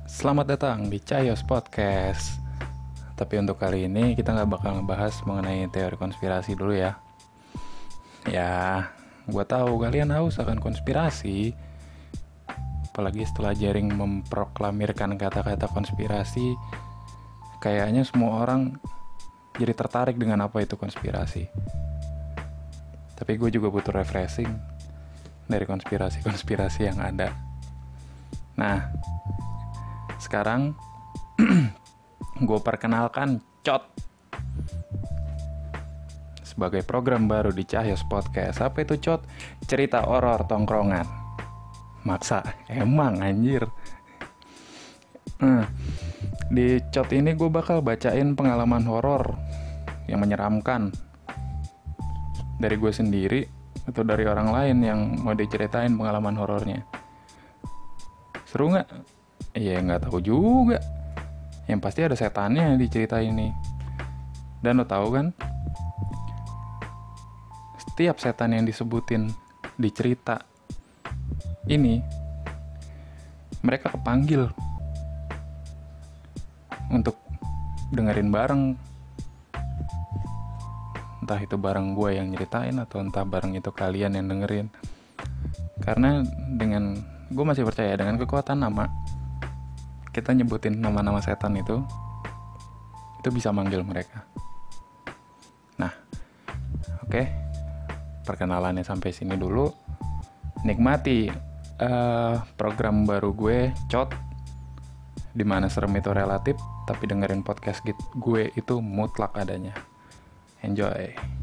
Selamat datang di Cayos Podcast. Tapi untuk kali ini kita gak bakal ngebahas mengenai teori konspirasi dulu ya. Ya, gue tahu kalian haus akan konspirasi. Apalagi setelah Jering memproklamirkan kata-kata konspirasi, kayaknya semua orang jadi tertarik dengan apa itu konspirasi. Tapi gue juga butuh refreshing dari konspirasi-konspirasi yang ada. Nah, sekarang gue perkenalkan COT sebagai program baru di Cayos Podcast. Apa itu COT? Cerita horor tongkrongan. Maksa, emang anjir. Di COT ini gue bakal bacain pengalaman horor yang menyeramkan dari gue sendiri atau dari orang lain yang mau diceritain pengalaman horornya. Seru nggak? Iya, nggak tahu juga. Yang pasti ada setannya di cerita ini. Dan lo tahu kan, setiap setan yang disebutin di cerita ini, mereka kepanggil untuk dengerin bareng. Entah itu bareng gue yang nyeritain atau entah bareng itu kalian yang dengerin. Karena gue masih percaya dengan kekuatan nama, kita nyebutin nama-nama setan itu bisa manggil mereka. Nah, oke. Perkenalannya sampai sini dulu. Nikmati program baru gue, COT, dimana serem itu relatif, tapi dengerin podcast gue itu mutlak adanya. Enjoy.